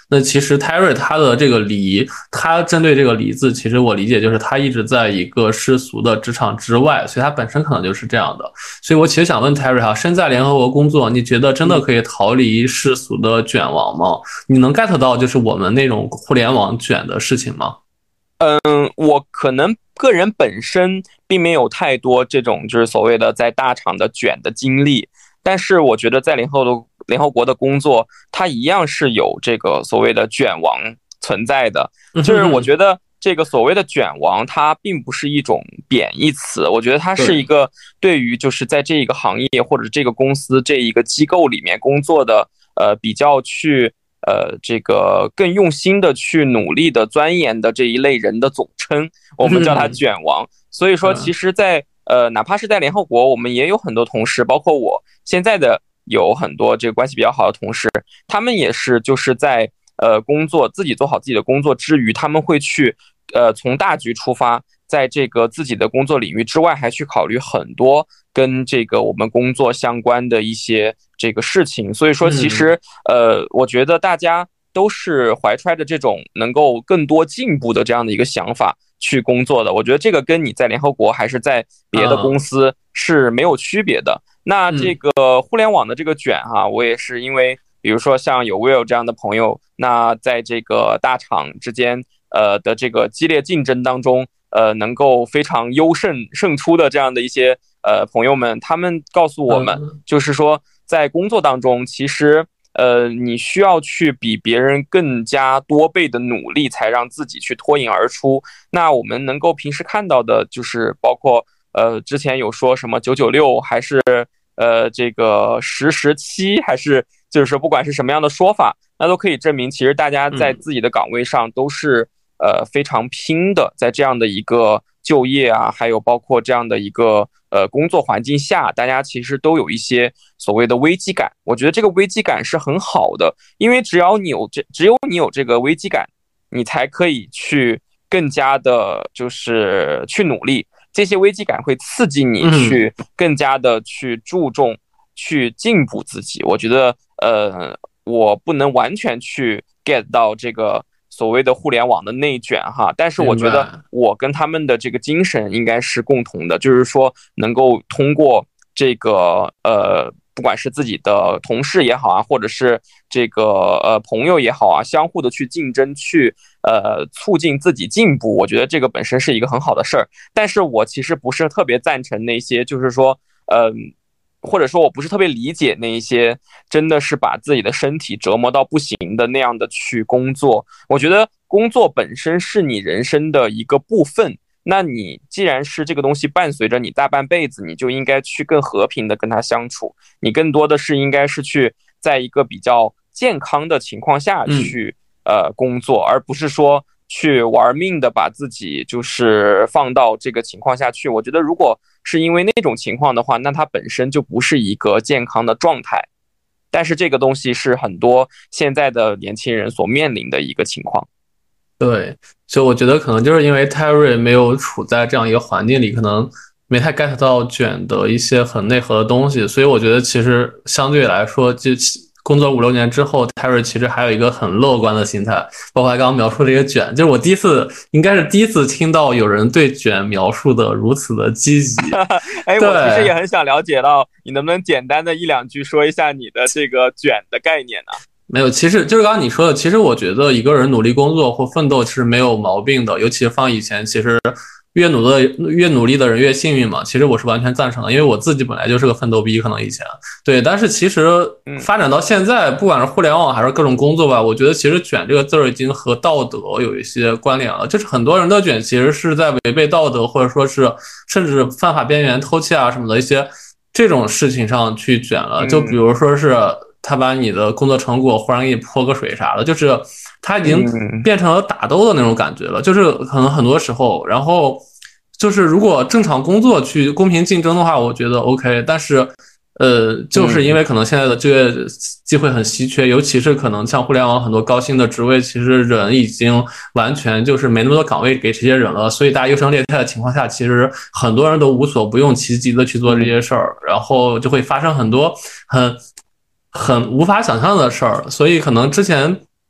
那其实 Terry 他的这个离，他针对这个离字，其实我理解就是他一直在一个世俗的职场之外，所以他本身可能就是这样的。所以我其实想问 Terry 哈，身在联合国工作，你觉得真的可以逃离世俗的卷王吗？你能 get 到就是我们那种互联网卷的事情吗？ 嗯，我可能个人本身并没有太多这种就是所谓的在大厂的卷的经历，但是我觉得在联合的联合国的工作，它一样是有这个所谓的卷王存在的。就是我觉得这个所谓的卷王，它并不是一种贬义词，我觉得它是一个对于就是在这一个行业或者这个公司这一个机构里面工作的呃比较去。呃，这个更用心的去努力的钻研的这一类人的总称，我们叫他卷王。所以说，其实在呃，哪怕是在联合国，我们也有很多同事，包括我现在的有很多这个关系比较好的同事，他们也是就是在呃工作自己做好自己的工作之余，他们会去呃从大局出发，在这个自己的工作领域之外，还去考虑很多跟这个我们工作相关的一些这个事情。所以说其实呃我觉得大家都是怀揣着这种能够更多进步的这样的一个想法去工作的。我觉得这个跟你在联合国还是在别的公司是没有区别的。那这个互联网的这个卷哈、啊，我也是因为比如说像有 Will 这样的朋友，那在这个大厂之间呃的这个激烈竞争当中，呃能够非常优胜胜出的这样的一些呃朋友们，他们告诉我们，就是说在工作当中，其实呃你需要去比别人更加多倍的努力，才让自己去脱颖而出。那我们能够平时看到的，就是包括呃之前有说什么九九六，还是呃这个十十七，还是就是说不管是什么样的说法，那都可以证明，其实大家在自己的岗位上都是呃非常拼的，在这样的一个就业啊，还有包括这样的一个呃工作环境下，大家其实都有一些所谓的危机感。我觉得这个危机感是很好的，因为只要你有这只有你有这个危机感，你才可以去更加的就是去努力。这些危机感会刺激你去更加的去注重、嗯、去进步自己。我觉得呃我不能完全去 get 到这个所谓的互联网的内卷哈，但是我觉得我跟他们的这个精神应该是共同的，就是说能够通过这个呃不管是自己的同事也好啊，或者是这个呃朋友也好啊，相互的去竞争，去呃促进自己进步。我觉得这个本身是一个很好的事儿，但是我其实不是特别赞成那些就是说嗯、呃或者说我不是特别理解那一些真的是把自己的身体折磨到不行的那样的去工作。我觉得工作本身是你人生的一个部分，那你既然是这个东西伴随着你大半辈子，你就应该去更和平的跟他相处，你更多的是应该是去在一个比较健康的情况下去、嗯、呃工作，而不是说去玩命的把自己就是放到这个情况下去。我觉得如果是因为那种情况的话，那它本身就不是一个健康的状态。但是这个东西是很多现在的年轻人所面临的一个情况。 对，所以我觉得可能就是因为 Terry 没有处在这样一个环境里，可能没太 get 到卷的一些很内核的东西，所以我觉得其实相对来说，就工作五六年之后 Terry 其实还有一个很乐观的心态，包括他刚刚描述这个卷，就是我第一次应该是第一次听到有人对卷描述的如此的积极。 哎，我其实也很想了解到，你能不能简单的一两句说一下你的这个卷的概念呢？ 没有，其实就是刚刚你说的，其实我觉得一个人努力工作或奋斗是没有毛病的，尤其是放以前，其实越努的越努力的人越幸运嘛。其实我是完全赞成的，因为我自己本来就是个奋斗逼，可能以前对，但是其实发展到现在，不管是互联网还是各种工作吧，我觉得其实卷这个字儿已经和道德有一些关联了，就是很多人的卷其实是在违背道德，或者说是甚至犯法边缘、偷窃啊什么的一些这种事情上去卷了，就比如说是他把你的工作成果忽然给你泼个水啥的，就是他已经变成了打斗的那种感觉了，就是可能很多时候，然后就是如果正常工作去公平竞争的话，我觉得 OK， 但是呃，就是因为可能现在的就业机会很稀缺，尤其是可能像互联网很多高薪的职位，其实人已经完全就是没那么多岗位给这些人了，所以大家优胜劣汰的情况下，其实很多人都无所不用其极的去做这些事儿，然后就会发生很多很很无法想象的事儿。所以可能之前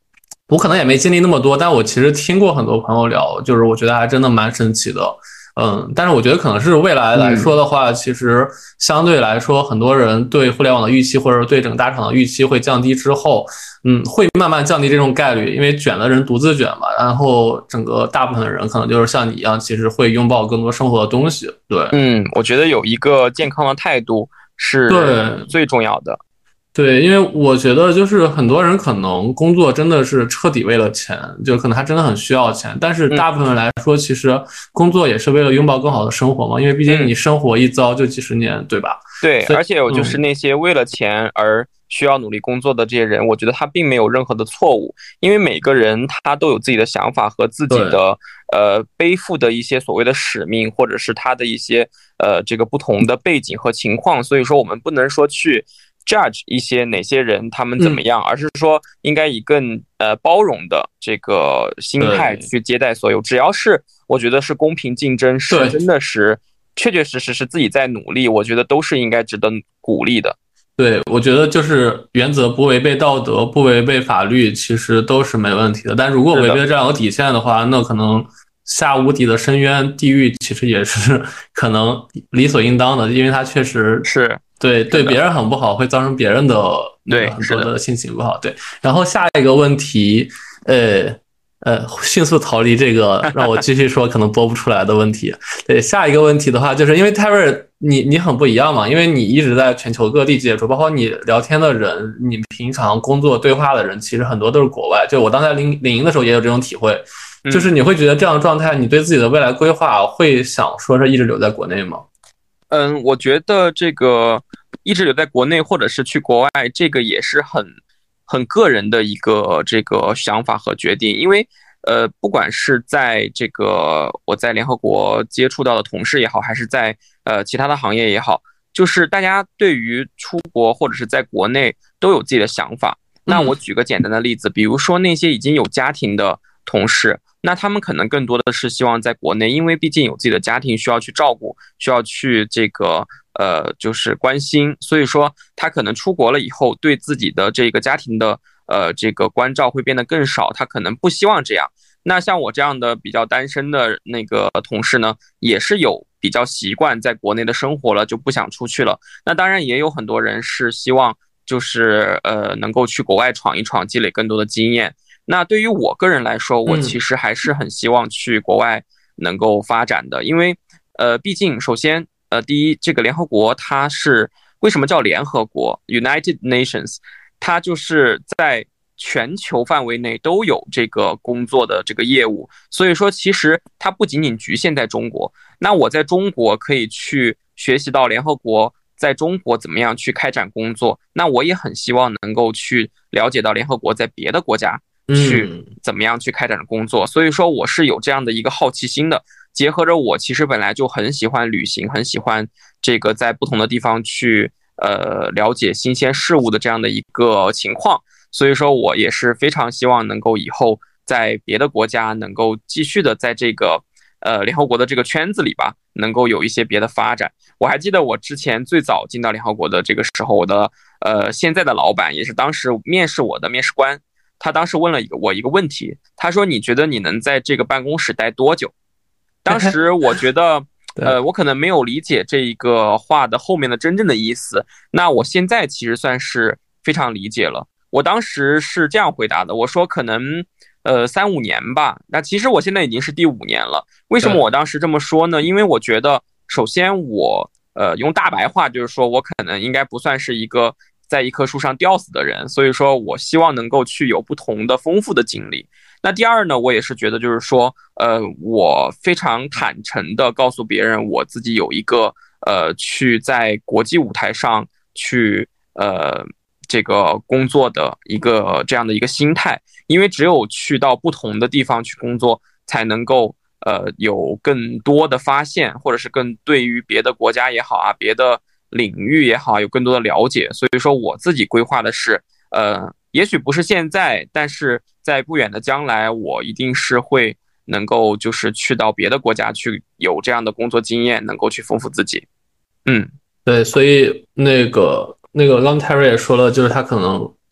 我可能也没经历那么多，但我其实听过很多朋友聊，就是我觉得还真的蛮神奇的。嗯，但是我觉得可能是未来来说的话，嗯、其实相对来说，很多人对互联网的预期或者对整个大厂的预期会降低之后，嗯，会慢慢降低这种概率，因为卷的人独自卷嘛，然后整个大部分的人可能就是像你一样，其实会拥抱更多生活的东西。对， 嗯，我觉得有一个健康的态度是最重要的。 对，因为我觉得就是很多人可能工作真的是彻底为了钱，就可能他真的很需要钱，但是大部分人来说，其实工作也是为了拥抱更好的生活嘛，因为毕竟你生活一遭就几十年，对吧？ 对，而且我就是那些为了钱而需要努力工作的这些人，我觉得他并没有任何的错误，因为每个人他都有自己的想法和自己的呃背负的一些所谓的使命，或者是他的一些呃这个不同的背景和情况，所以说我们不能说去judge 一些哪些人他们怎么样，嗯、而是说应该以更呃包容的这个心态去接待所有，只要是我觉得是公平竞争，是真的是确确实实是自己在努力，我觉得都是应该值得鼓励的。 对，我觉得就是原则不违背道德，不违背法律，其实都是没问题的。但如果违背这两个底线的话，那可能下无底的深渊、地狱，其实也是可能理所应当的，因为它确实是。 对对别人很不好，会造成别人的对很多的心情不好。对，然后下一个问题，呃呃，迅速逃离这个让我继续说可能播不出来的问题。对，下一个问题的话，就是因为泰瑞你你很不一样嘛，因为你一直在全球各地接触，包括你聊天的人，你平常工作对话的人，其实很多都是国外。就我当在领领营的时候也有这种体会，就是你会觉得这样的状态，你对自己的未来规划会想说是一直留在国内吗？ 嗯，我觉得这个一直留在国内或者是去国外，这个也是很很个人的一个这个想法和决定。因为呃，不管是在这个我在联合国接触到的同事也好，还是在呃其他的行业也好，就是大家对于出国或者是在国内都有自己的想法。那我举个简单的例子，比如说那些已经有家庭的同事，那他们可能更多的是希望在国内，因为毕竟有自己的家庭需要去照顾，需要去这个呃就是关心，所以说他可能出国了以后，对自己的这个家庭的呃这个关照会变得更少，他可能不希望这样。那像我这样的比较单身的那个同事呢，也是有比较习惯在国内的生活了，就不想出去了。那当然也有很多人是希望就是呃能够去国外闯一闯，积累更多的经验。那对于我个人来说，我其实还是很希望去国外能够发展的，因为呃，毕竟首先呃，第一，这个联合国它是为什么叫联合国 United Nations， 它就是在全球范围内都有这个工作的这个业务，所以说其实它不仅仅局限在中国。那我在中国可以去学习到联合国在中国怎么样去开展工作，那我也很希望能够去了解到联合国在别的国家去怎么样去开展工作，所以说我是有这样的一个好奇心的，结合着我其实本来就很喜欢旅行，很喜欢这个在不同的地方去呃了解新鲜事物的这样的一个情况，所以说我也是非常希望能够以后在别的国家能够继续的在这个呃联合国的这个圈子里吧，能够有一些别的发展。我还记得我之前最早进到联合国的这个时候，我的呃现在的老板也是当时面试我的面试官。他当时问了一个我一个问题，他说你觉得你能在这个办公室待多久？当时我觉得呃，我可能没有理解这一个话的后面的真正的意思，那我现在其实算是非常理解了。我当时是这样回答的，我说可能呃三五年吧，那其实我现在已经是第五年了。为什么我当时这么说呢？因为我觉得首先我呃用大白话就是说我可能应该不算是一个在一棵树上吊死的人，所以说我希望能够去有不同的丰富的经历。那第二呢，我也是觉得就是说呃我非常坦诚的告诉别人我自己有一个呃去在国际舞台上去呃这个工作的一个这样的一个心态，因为只有去到不同的地方去工作才能够呃有更多的发现，或者是更对于别的国家也好啊，别的领域也好有更多的了解。所以说我自己规划的是呃也许不是现在，但是在不远的将来我一定是会能够就是去到别的国家去有这样的工作经验，能够去丰富自己。嗯， 对，所以那个那个刚 Terry 也说了，就是他可能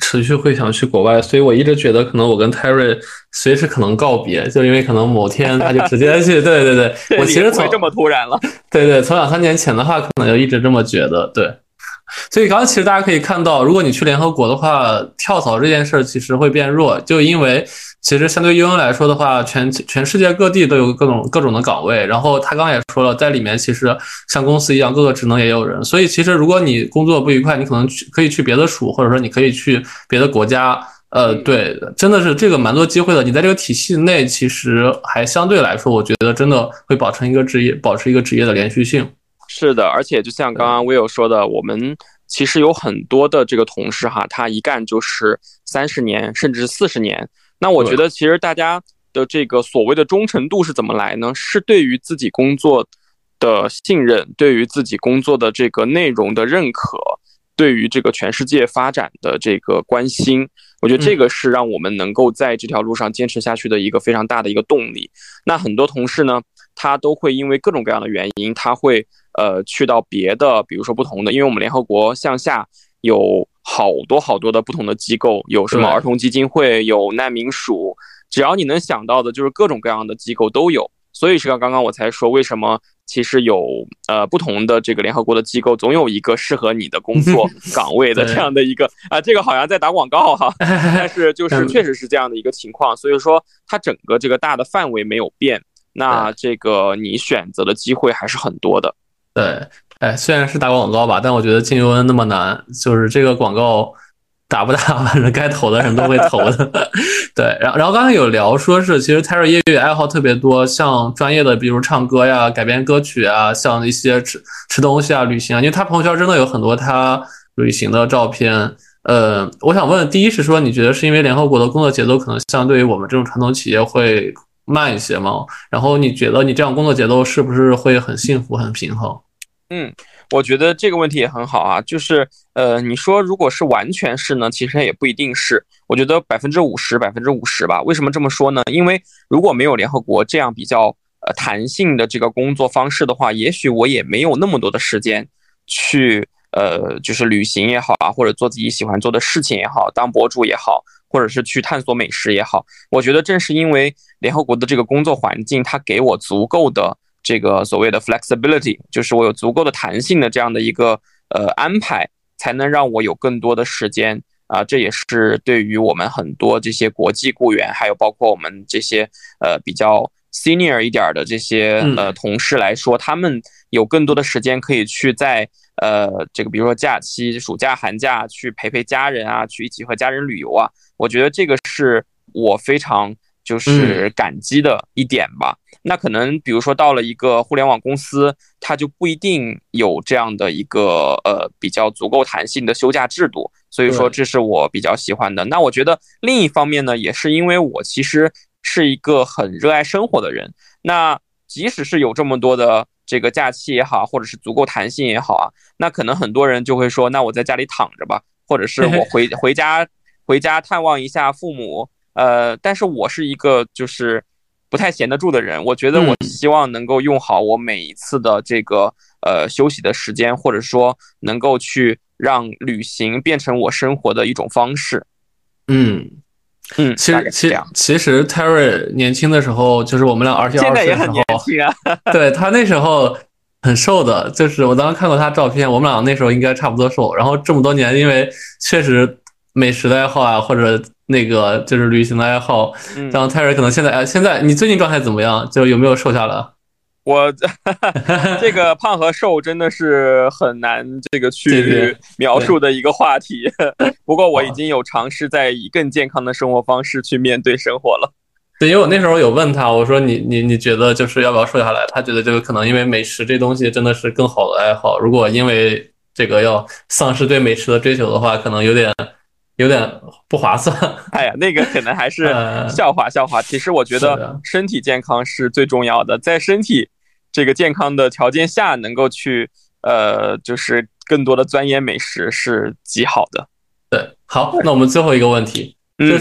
持续会想去国外，所以我一直觉得可能我跟 Terry 随时可能告别，就因为可能某天他就直接去，对对对，我其实从这么突然了， 对对，从两三年前的话，可能就一直这么觉得，对。所以刚刚其实大家可以看到，如果你去联合国的话，跳槽这件事其实会变弱，就因为其实相对 U N 来说的话，全全世界各地都有各种各种的岗位，然后他刚刚也说了，在里面其实像公司一样，各个职能也有人，所以其实如果你工作不愉快，你可能去可以去别的署，或者说你可以去别的国家。呃，对，真的是这个蛮多机会的。你在这个体系内，其实还相对来说，我觉得真的会保持一个职业，保持一个职业的连续性。 是的，而且就像刚刚 Will 说的，我们其实有很多的这个同事哈，他一干就是三十年甚至四十年。那我觉得其实大家的这个所谓的忠诚度是怎么来呢？是对于自己工作的信任，对于自己工作的这个内容的认可，对于这个全世界发展的这个关心。我觉得这个是让我们能够在这条路上坚持下去的一个非常大的一个动力。那很多同事呢，他都会因为各种各样的原因，他会呃去到别的，比如说不同的，因为我们联合国向下有好多好多的不同的机构，有什么儿童基金会，有难民署，只要你能想到的，就是各种各样的机构都有。所以是刚刚我才说，为什么其实有呃不同的这个联合国的机构，总有一个适合你的工作岗位的这样的一个啊、呃，这个好像在打广告哈，但是就是确实是这样的一个情况。所以说，它整个这个大的范围没有变，那这个你选择的机会还是很多的。 对，哎，虽然是打广告吧，但我觉得进 U N 那么难，就是这个广告。打不打，反正该投的人都会投的。对，然后然后刚才有聊说是，其实 Terry 业余爱好特别多，像专业的，比如唱歌呀、改编歌曲啊，像一些吃吃东西啊、旅行啊，因为他朋友圈真的有很多他旅行的照片。呃，我想问，第一是说，你觉得是因为联合国的工作节奏可能相对于我们这种传统企业会慢一些吗？然后你觉得你这样工作节奏是不是会很幸福、很平衡？ 嗯，我觉得这个问题也很好啊，就是呃，你说如果是完全是呢，其实也不一定是。我觉得百分之五十、百分之五十吧。为什么这么说呢？因为如果没有联合国这样比较呃弹性的这个工作方式的话，也许我也没有那么多的时间去呃，就是旅行也好啊，或者做自己喜欢做的事情也好，当博主也好，或者是去探索美食也好。我觉得正是因为联合国的这个工作环境，它给我足够的。这个所谓的 flexibility， 就是我有足够的弹性的这样的一个呃安排，才能让我有更多的时间啊、呃。这也是对于我们很多这些国际雇员，还有包括我们这些呃比较 senior 一点的这些呃同事来说，他们有更多的时间可以去在呃这个比如说假期、暑假、寒假去陪陪家人啊，去一起和家人旅游啊。我觉得这个是我非常就是感激的一点吧。那可能比如说到了一个互联网公司，它就不一定有这样的一个呃比较足够弹性的休假制度，所以说这是我比较喜欢的。那我觉得另一方面呢，也是因为我其实是一个很热爱生活的人，那即使是有这么多的这个假期也好，或者是足够弹性也好啊，那可能很多人就会说，那我在家里躺着吧，或者是我回回家回家探望一下父母，呃，但是我是一个就是不太闲得住的人，我觉得我希望能够用好我每一次的这个呃休息的时间，或者说能够去让旅行变成我生活的一种方式。 嗯嗯， 其实其其实 Terry 年轻的时候，就是我们俩二十二岁的时候，现在也很年轻啊。 对，他那时候很瘦的，就是我当时看过他照片，我们俩那时候应该差不多瘦。然后这么多年，因为确实美食的爱好啊，或者那个就是旅行的爱好， 嗯， 像 Terry 可能现在，哎，现在你最近状态怎么样？就有没有瘦下来？ 我这个胖和瘦真的是很难这个去描述的一个话题。不过我已经有尝试在以更健康的生活方式去面对生活了。 对，因为我那时候有问他，我说你你你觉得就是要不要瘦下来？他觉得这个可能因为美食这东西真的是更好的爱好，如果因为这个要丧失对美食的追求的话，可能有点有点不划算。 哎呀，那个可能还是笑话笑话。其实我觉得身体健康是最重要的，在身体这个健康的条件下，能够去呃，就是更多的钻研美食是极好的。 对，好，那我们最后一个问题。就是、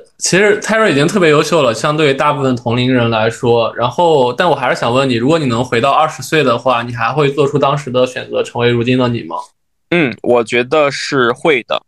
嗯、其实 Terry 已经特别优秀了，相对于大部分同龄人来说。然后，但我还是想问你，如果你能回到二十岁的话，你还会做出当时的选择，成为如今的你吗？ 嗯，我觉得是会的。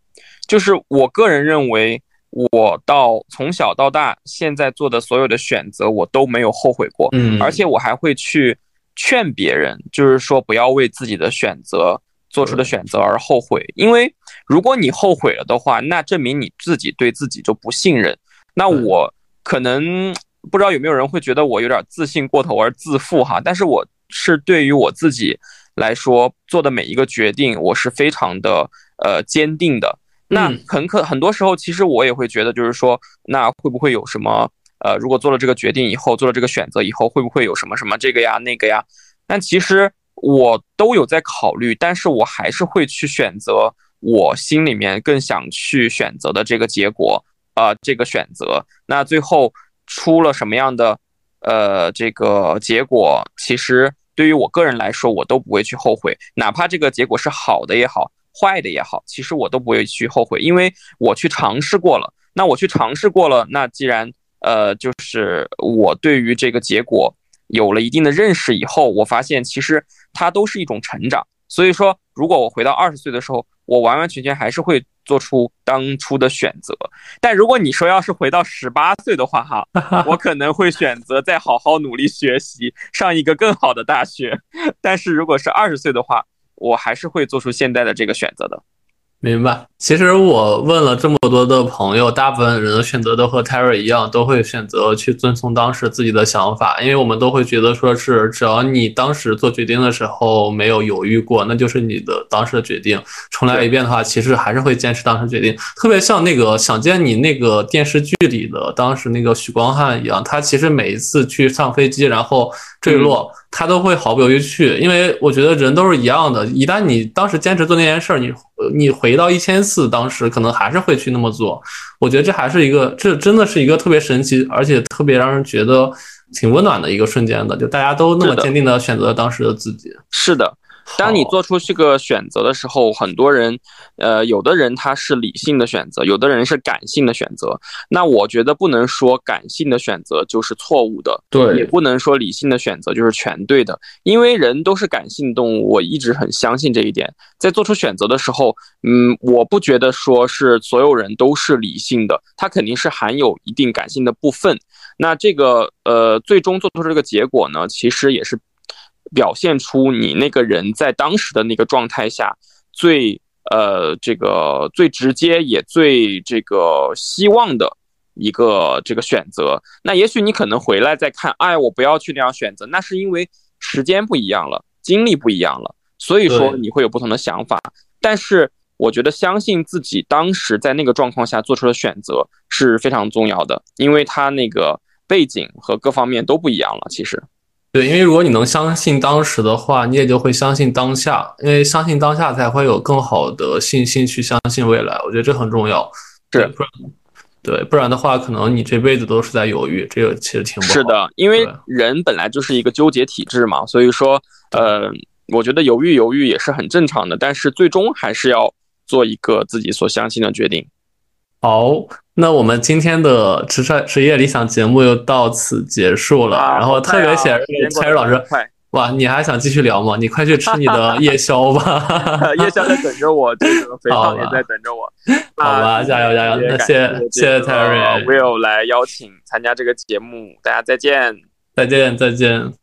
就是我个人认为，我到从小到大现在做的所有的选择，我都没有后悔过， 嗯， 而且我还会去劝别人，就是说不要为自己的选择做出的选择而后悔，因为如果你后悔了的话，那证明你自己对自己就不信任。那我可能不知道有没有人会觉得我有点自信过头而自负哈，但是我是对于我自己来说做的每一个决定，我是非常的呃坚定的。那很可很多时候，其实我也会觉得，就是说，那会不会有什么呃，如果做了这个决定以后，做了这个选择以后，会不会有什么什么这个呀那个呀？但其实我都有在考虑，但是我还是会去选择我心里面更想去选择的这个结果，呃，这个选择。那最后出了什么样的呃这个结果，其实对于我个人来说，我都不会去后悔，哪怕这个结果是好的也好，坏的也好，其实我都不会去后悔，因为我去尝试过了。那我去尝试过了，那既然呃，就是我对于这个结果有了一定的认识以后，我发现其实它都是一种成长。所以说，如果我回到二十岁的时候，我完完全全还是会做出当初的选择。但如果你说要是回到十八岁的话，哈，我可能会选择再好好努力学习，上一个更好的大学。但是如果是二十岁的话，我还是会做出现在的这个选择的。 明白。其实我问了这么多的朋友，大部分人的选择都和 Terry 一样，都会选择去遵从当时自己的想法，因为我们都会觉得说是只要你当时做决定的时候没有犹豫过，那就是你的当时的决定。重来一遍的话，其实还是会坚持当时决定。特别像那个想见你那个电视剧里的当时那个许光汉一样，他其实每一次去上飞机然后坠落，嗯，他都会毫不犹豫去，因为我觉得人都是一样的，一旦你当时坚持做那件事，你你回到一千四，当时可能还是会去那么做。我觉得这还是一个，这真的是一个特别神奇，而且特别让人觉得挺温暖的一个瞬间的，就大家都那么坚定的选择当时的自己。 是的。当你做出这个选择的时候，很多人，呃，有的人他是理性的选择，有的人是感性的选择。那我觉得不能说感性的选择就是错误的， 对， 也不能说理性的选择就是全对的，因为人都是感性动物，我一直很相信这一点。在做出选择的时候，嗯，我不觉得说是所有人都是理性的，他肯定是含有一定感性的部分。那这个，呃，最终做出这个结果呢，其实也是表现出你那个人在当时的那个状态下最呃这个最直接也最这个希望的一个这个选择。那也许你可能回来再看，哎，我不要去那样选择，那是因为时间不一样了，经历不一样了，所以说你会有不同的想法。但是我觉得相信自己当时在那个状况下做出的选择是非常重要的，因为他那个背景和各方面都不一样了，其实。 对，因为如果你能相信当时的话，你也就会相信当下，因为相信当下才会有更好的信心去相信未来。我觉得这很重要。 是， 不然，对，不然的话，可能你这辈子都是在犹豫，这个其实挺不好。 是的，因为人本来就是一个纠结体质嘛，所以说，呃，我觉得犹豫犹豫也是很正常的，但是最终还是要做一个自己所相信的决定。 好，那我们今天的职业职业理想节目又到此结束了。啊、然后特别显示 Terry 老师，哇，你还想继续聊吗？你快去吃你的夜宵吧。 夜宵在等着我，这个肥胖也在等着我。 好吧，加油加油！那谢谢谢谢 Terry， Will 来邀请参加这个节目，大家再见， 再见再见。